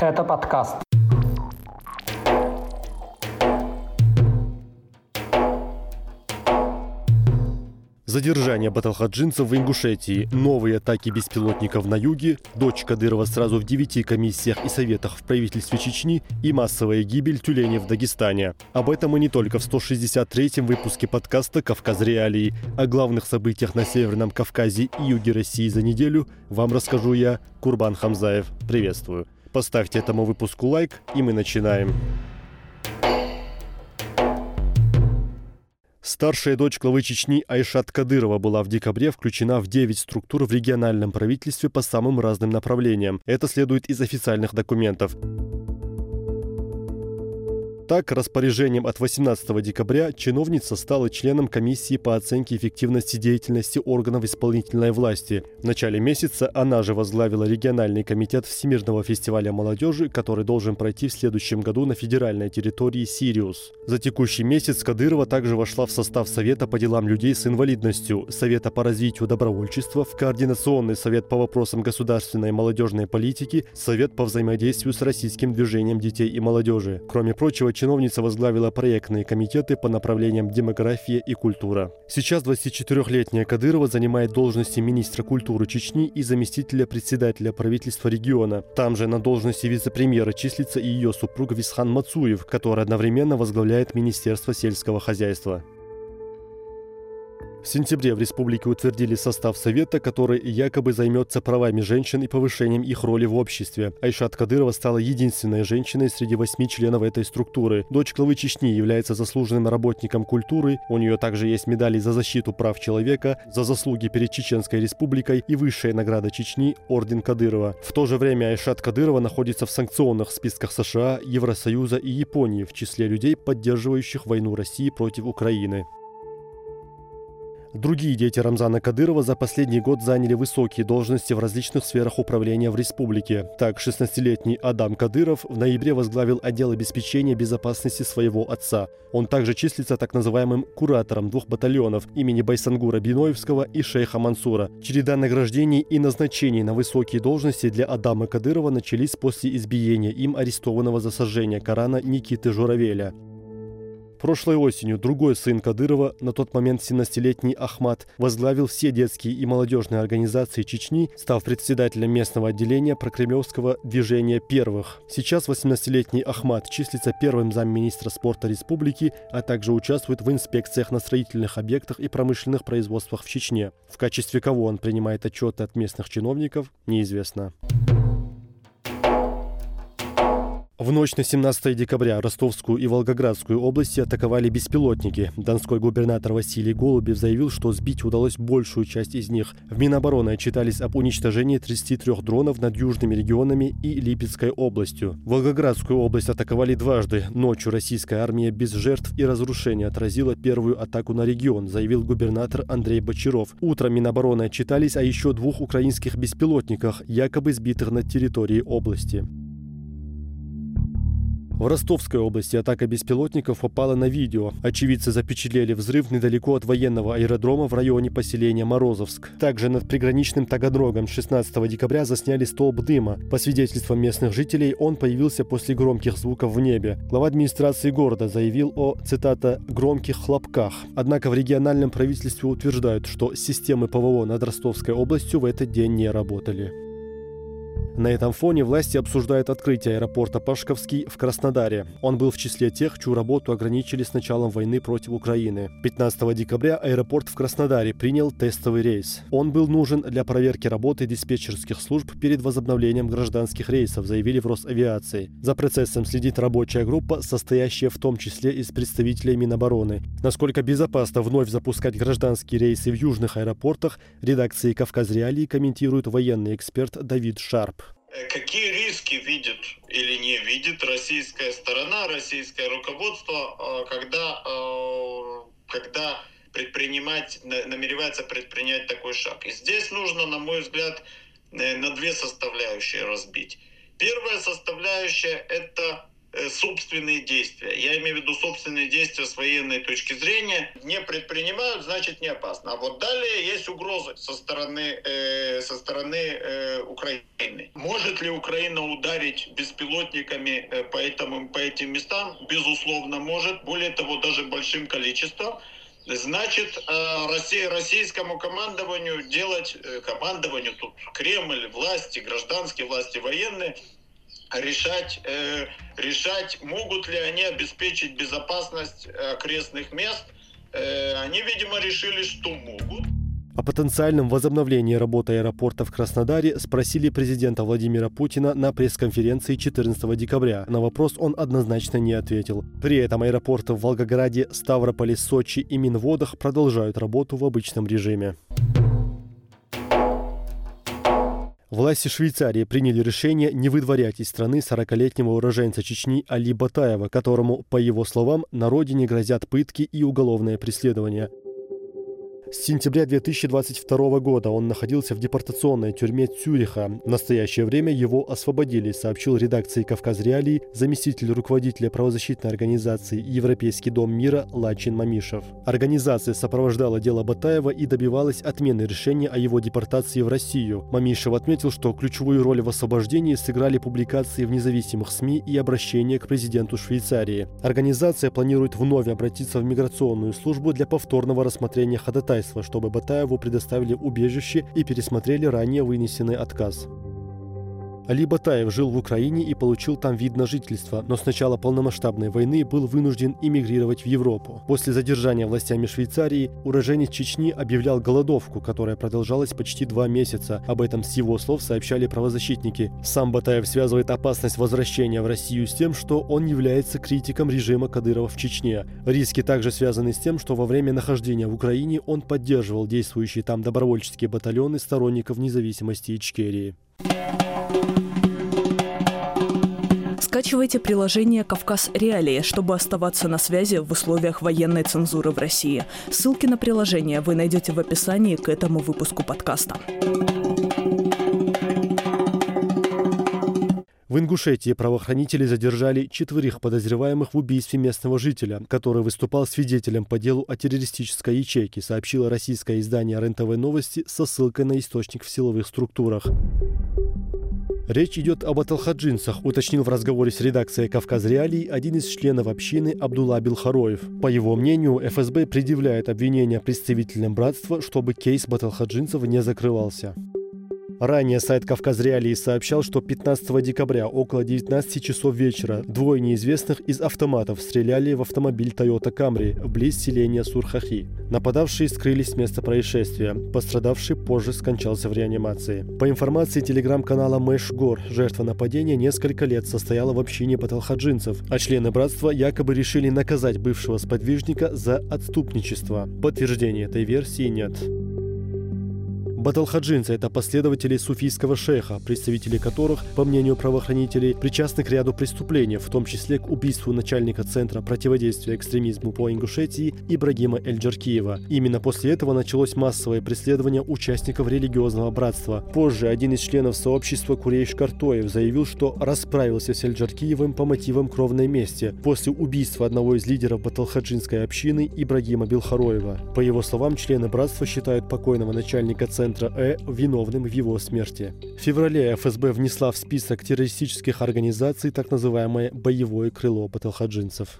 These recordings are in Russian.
Это подкаст. Задержание баталхаджинцев в Ингушетии, новые атаки беспилотников на юге, дочь Кадырова сразу в 9 комиссиях и советах в правительстве Чечни и массовая гибель тюленей в Дагестане. Об этом и не только в 163-м выпуске подкаста «Кавказ Реалии». О главных событиях на Северном Кавказе и юге России за неделю вам расскажу я, Курбан Хамзаев. Приветствую. Поставьте этому выпуску лайк, и мы начинаем. Старшая дочь главы Чечни Айшат Кадырова была в декабре включена в 9 структур в региональном правительстве по самым разным направлениям. Это следует из официальных документов. Так, распоряжением от 18 декабря чиновница стала членом комиссии по оценке эффективности деятельности органов исполнительной власти. В начале месяца она же возглавила региональный комитет Всемирного фестиваля молодежи, который должен пройти в следующем году на федеральной территории Сириус. За текущий месяц Кадырова также вошла в состав Совета по делам людей с инвалидностью, Совета по развитию добровольчества, в Координационный совет по вопросам государственной и молодежной политики, Совет по взаимодействию с российским движением детей и молодежи. Кроме прочего, чиновница возглавила проектные комитеты по направлениям демография и культура. Сейчас 24-летняя Кадырова занимает должности министра культуры Чечни и заместителя председателя правительства региона. Там же на должности вице-премьера числится и ее супруг Висхан Мацуев, который одновременно возглавляет Министерство сельского хозяйства. В сентябре в республике утвердили состав совета, который якобы займется правами женщин и повышением их роли в обществе. Айшат Кадырова стала единственной женщиной среди 8 членов этой структуры. Дочь главы Чечни является заслуженным работником культуры. У нее также есть медали за защиту прав человека, за заслуги перед Чеченской республикой и высшая награда Чечни – Орден Кадырова. В то же время Айшат Кадырова находится в санкционных списках США, Евросоюза и Японии в числе людей, поддерживающих войну России против Украины. Другие дети Рамзана Кадырова за последний год заняли высокие должности в различных сферах управления в республике. Так, 16-летний Адам Кадыров в ноябре возглавил отдел обеспечения безопасности своего отца. Он также числится так называемым куратором 2 батальонов имени Байсангура Биноевского и шейха Мансура. Череда награждений и назначений на высокие должности для Адама Кадырова начались после избиения им арестованного за сожжение Корана Никиты Журавеля. Прошлой осенью другой сын Кадырова, на тот момент 17-летний Ахмат, возглавил все детские и молодежные организации Чечни, став председателем местного отделения прокремлевского движения «Первых». Сейчас 18-летний Ахмат числится первым замминистра спорта республики, а также участвует в инспекциях на строительных объектах и промышленных производствах в Чечне. В качестве кого он принимает отчеты от местных чиновников, неизвестно. В ночь на 17 декабря Ростовскую и Волгоградскую области атаковали беспилотники. Донской губернатор Василий Голубев заявил, что сбить удалось большую часть из них. В Минобороны отчитались об уничтожении 33 дронов над южными регионами и Липецкой областью. Волгоградскую область атаковали дважды. Ночью российская армия без жертв и разрушений отразила первую атаку на регион, заявил губернатор Андрей Бочаров. Утром Минобороны отчитались о еще 2 украинских беспилотниках, якобы сбитых над территорией области. В Ростовской области атака беспилотников попала на видео. Очевидцы запечатлели взрыв недалеко от военного аэродрома в районе поселения Морозовск. Также над приграничным Таганрогом 16 декабря засняли столб дыма. По свидетельствам местных жителей, он появился после громких звуков в небе. Глава администрации города заявил о, цитата, «громких хлопках». Однако в региональном правительстве утверждают, что системы ПВО над Ростовской областью в этот день не работали. На этом фоне власти обсуждают открытие аэропорта Пашковский в Краснодаре. Он был в числе тех, чью работу ограничили с началом войны против Украины. 15 декабря аэропорт в Краснодаре принял тестовый рейс. Он был нужен для проверки работы диспетчерских служб перед возобновлением гражданских рейсов, заявили в Росавиации. За процессом следит рабочая группа, состоящая в том числе из представителей Минобороны. Насколько безопасно вновь запускать гражданские рейсы в южных аэропортах, редакции «Кавказ Реалии» комментирует военный эксперт Давид Шарп. Какие риски видит или не видит российская сторона, российское руководство, когда намеревается предпринять такой шаг? И здесь нужно, на мой взгляд, на 2 составляющие разбить. Первая составляющая – это собственные действия. Я имею в виду собственные действия с военной точки зрения. Не предпринимают, значит не опасно. А вот далее есть угрозы со стороны Украины. Может ли Украина ударить беспилотниками по этим местам? Безусловно, может. Более того, даже большим количеством. Значит, российскому командованию тут Кремль, власти, гражданские власти, военные, решать, могут ли они обеспечить безопасность окрестных мест. Они, видимо, решили, что могут. О потенциальном возобновлении работы аэропорта в Краснодаре спросили президента Владимира Путина на пресс-конференции 14 декабря. На вопрос он однозначно не ответил. При этом аэропорты в Волгограде, Ставрополе, Сочи и Минводах продолжают работу в обычном режиме. Власти Швейцарии приняли решение не выдворять из страны 40-летнего уроженца Чечни Али Батаева, которому, по его словам, на родине грозят пытки и уголовное преследование. С сентября 2022 года он находился в депортационной тюрьме Цюриха. В настоящее время его освободили, сообщил редакции «Кавказ Реалии» заместитель руководителя правозащитной организации «Европейский дом мира» Лачин Мамишев. Организация сопровождала дело Батаева и добивалась отмены решения о его депортации в Россию. Мамишев отметил, что ключевую роль в освобождении сыграли публикации в независимых СМИ и обращения к президенту Швейцарии. Организация планирует вновь обратиться в миграционную службу для повторного рассмотрения ходатайства, чтобы Батаеву предоставили убежище и пересмотрели ранее вынесенный отказ. Али Батаев жил в Украине и получил там вид на жительство, но с начала полномасштабной войны был вынужден эмигрировать в Европу. После задержания властями Швейцарии уроженец Чечни объявлял голодовку, которая продолжалась почти 2 месяца. Об этом с его слов сообщали правозащитники. Сам Батаев связывает опасность возвращения в Россию с тем, что он является критиком режима Кадырова в Чечне. Риски также связаны с тем, что во время нахождения в Украине он поддерживал действующие там добровольческие батальоны сторонников независимости Ичкерии. Скачивайте приложение «Кавказ Реалии», чтобы оставаться на связи в условиях военной цензуры в России. Ссылки на приложение вы найдете в описании к этому выпуску подкаста. В Ингушетии правоохранители задержали 4 подозреваемых в убийстве местного жителя, который выступал свидетелем по делу о террористической ячейке, сообщило российское издание РЕН-ТВ Новости со ссылкой на источник в силовых структурах. Речь идет об аталхаджинцах, уточнил в разговоре с редакцией «Кавказ Реалий» один из членов общины Абдулла Билхароев. По его мнению, ФСБ предъявляет обвинения представителям братства, чтобы кейс баталхаджинцев не закрывался. Ранее сайт «Кавказ Реалии» сообщал, что 15 декабря около 19 часов вечера 2 неизвестных из автоматов стреляли в автомобиль Toyota Camry вблизи селения Сурхахи. Нападавшие скрылись с места происшествия. Пострадавший позже скончался в реанимации. По информации телеграм-канала Мэшгор, жертва нападения несколько лет состояла в общине баталхаджинцев, а члены братства якобы решили наказать бывшего сподвижника за отступничество. Подтверждения этой версии нет. Баталхаджинцы – это последователи суфийского шейха, представители которых, по мнению правоохранителей, причастны к ряду преступлений, в том числе к убийству начальника Центра противодействия экстремизму по Ингушетии Ибрагима Эльджаркиева. Именно после этого началось массовое преследование участников религиозного братства. Позже один из членов сообщества Курейш Картоев заявил, что расправился с Эльджаркиевым по мотивам кровной мести после убийства одного из лидеров баталхаджинской общины Ибрагима Билхароева. По его словам, члены братства считают покойного начальника Центра виновным в его смерти. В феврале ФСБ внесла в список террористических организаций так называемое «боевое крыло баталхаджинцев».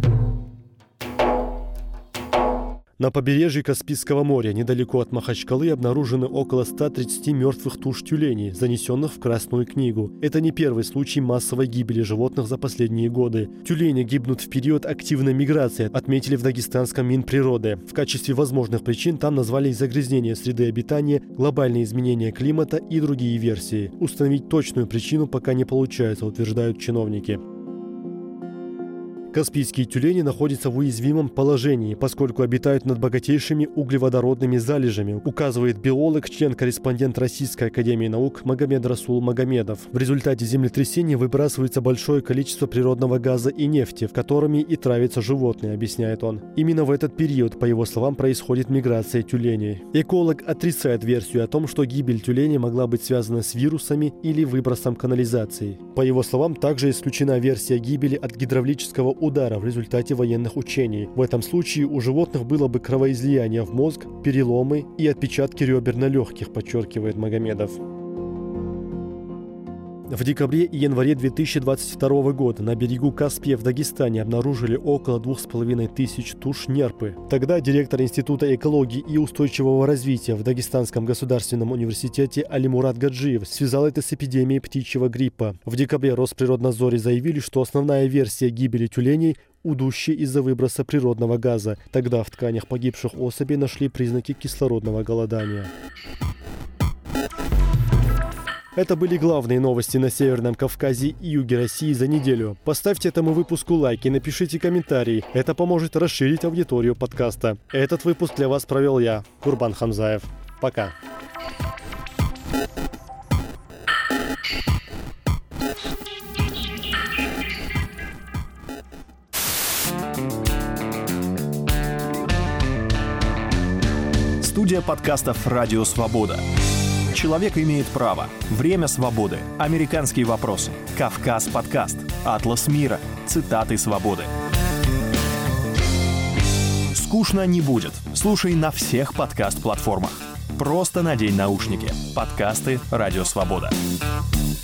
На побережье Каспийского моря, недалеко от Махачкалы, обнаружены около 130 мертвых туш тюленей, занесенных в Красную книгу. Это не первый случай массовой гибели животных за последние годы. Тюлени гибнут в период активной миграции, отметили в Дагестанском Минприроды. В качестве возможных причин там назвали загрязнение среды обитания, глобальные изменения климата и другие версии. Установить точную причину пока не получается, утверждают чиновники. Каспийские тюлени находятся в уязвимом положении, поскольку обитают над богатейшими углеводородными залежами, указывает биолог, член-корреспондент Российской академии наук Магомед Расул Магомедов. В результате землетрясения выбрасывается большое количество природного газа и нефти, в которыми и травятся животные, объясняет он. Именно в этот период, по его словам, происходит миграция тюленей. Эколог отрицает версию о том, что гибель тюленей могла быть связана с вирусами или выбросом канализации. По его словам, также исключена версия гибели от гидравлического удара в результате военных учений. В этом случае у животных было бы кровоизлияние в мозг, переломы и отпечатки ребер на легких, подчеркивает Магомедов. В декабре и январе 2022 года на берегу Каспия в Дагестане обнаружили около 2500 туш нерпы. Тогда директор Института экологии и устойчивого развития в Дагестанском государственном университете Алимурат Гаджиев связал это с эпидемией птичьего гриппа. В декабре Росприроднадзоре заявили, что основная версия гибели тюленей – удушье из-за выброса природного газа. Тогда в тканях погибших особей нашли признаки кислородного голодания. Это были главные новости на Северном Кавказе и юге России за неделю. Поставьте этому выпуску лайк и напишите комментарий. Это поможет расширить аудиторию подкаста. Этот выпуск для вас провел я, Курбан Хамзаев. Пока. Студия подкастов «Радио Свобода». Человек имеет право. Время свободы. Американские вопросы. Кавказ подкаст. Атлас мира. Цитаты свободы. Скучно не будет. Слушай на всех подкаст-платформах. Просто надень наушники. Подкасты «Радио Свобода».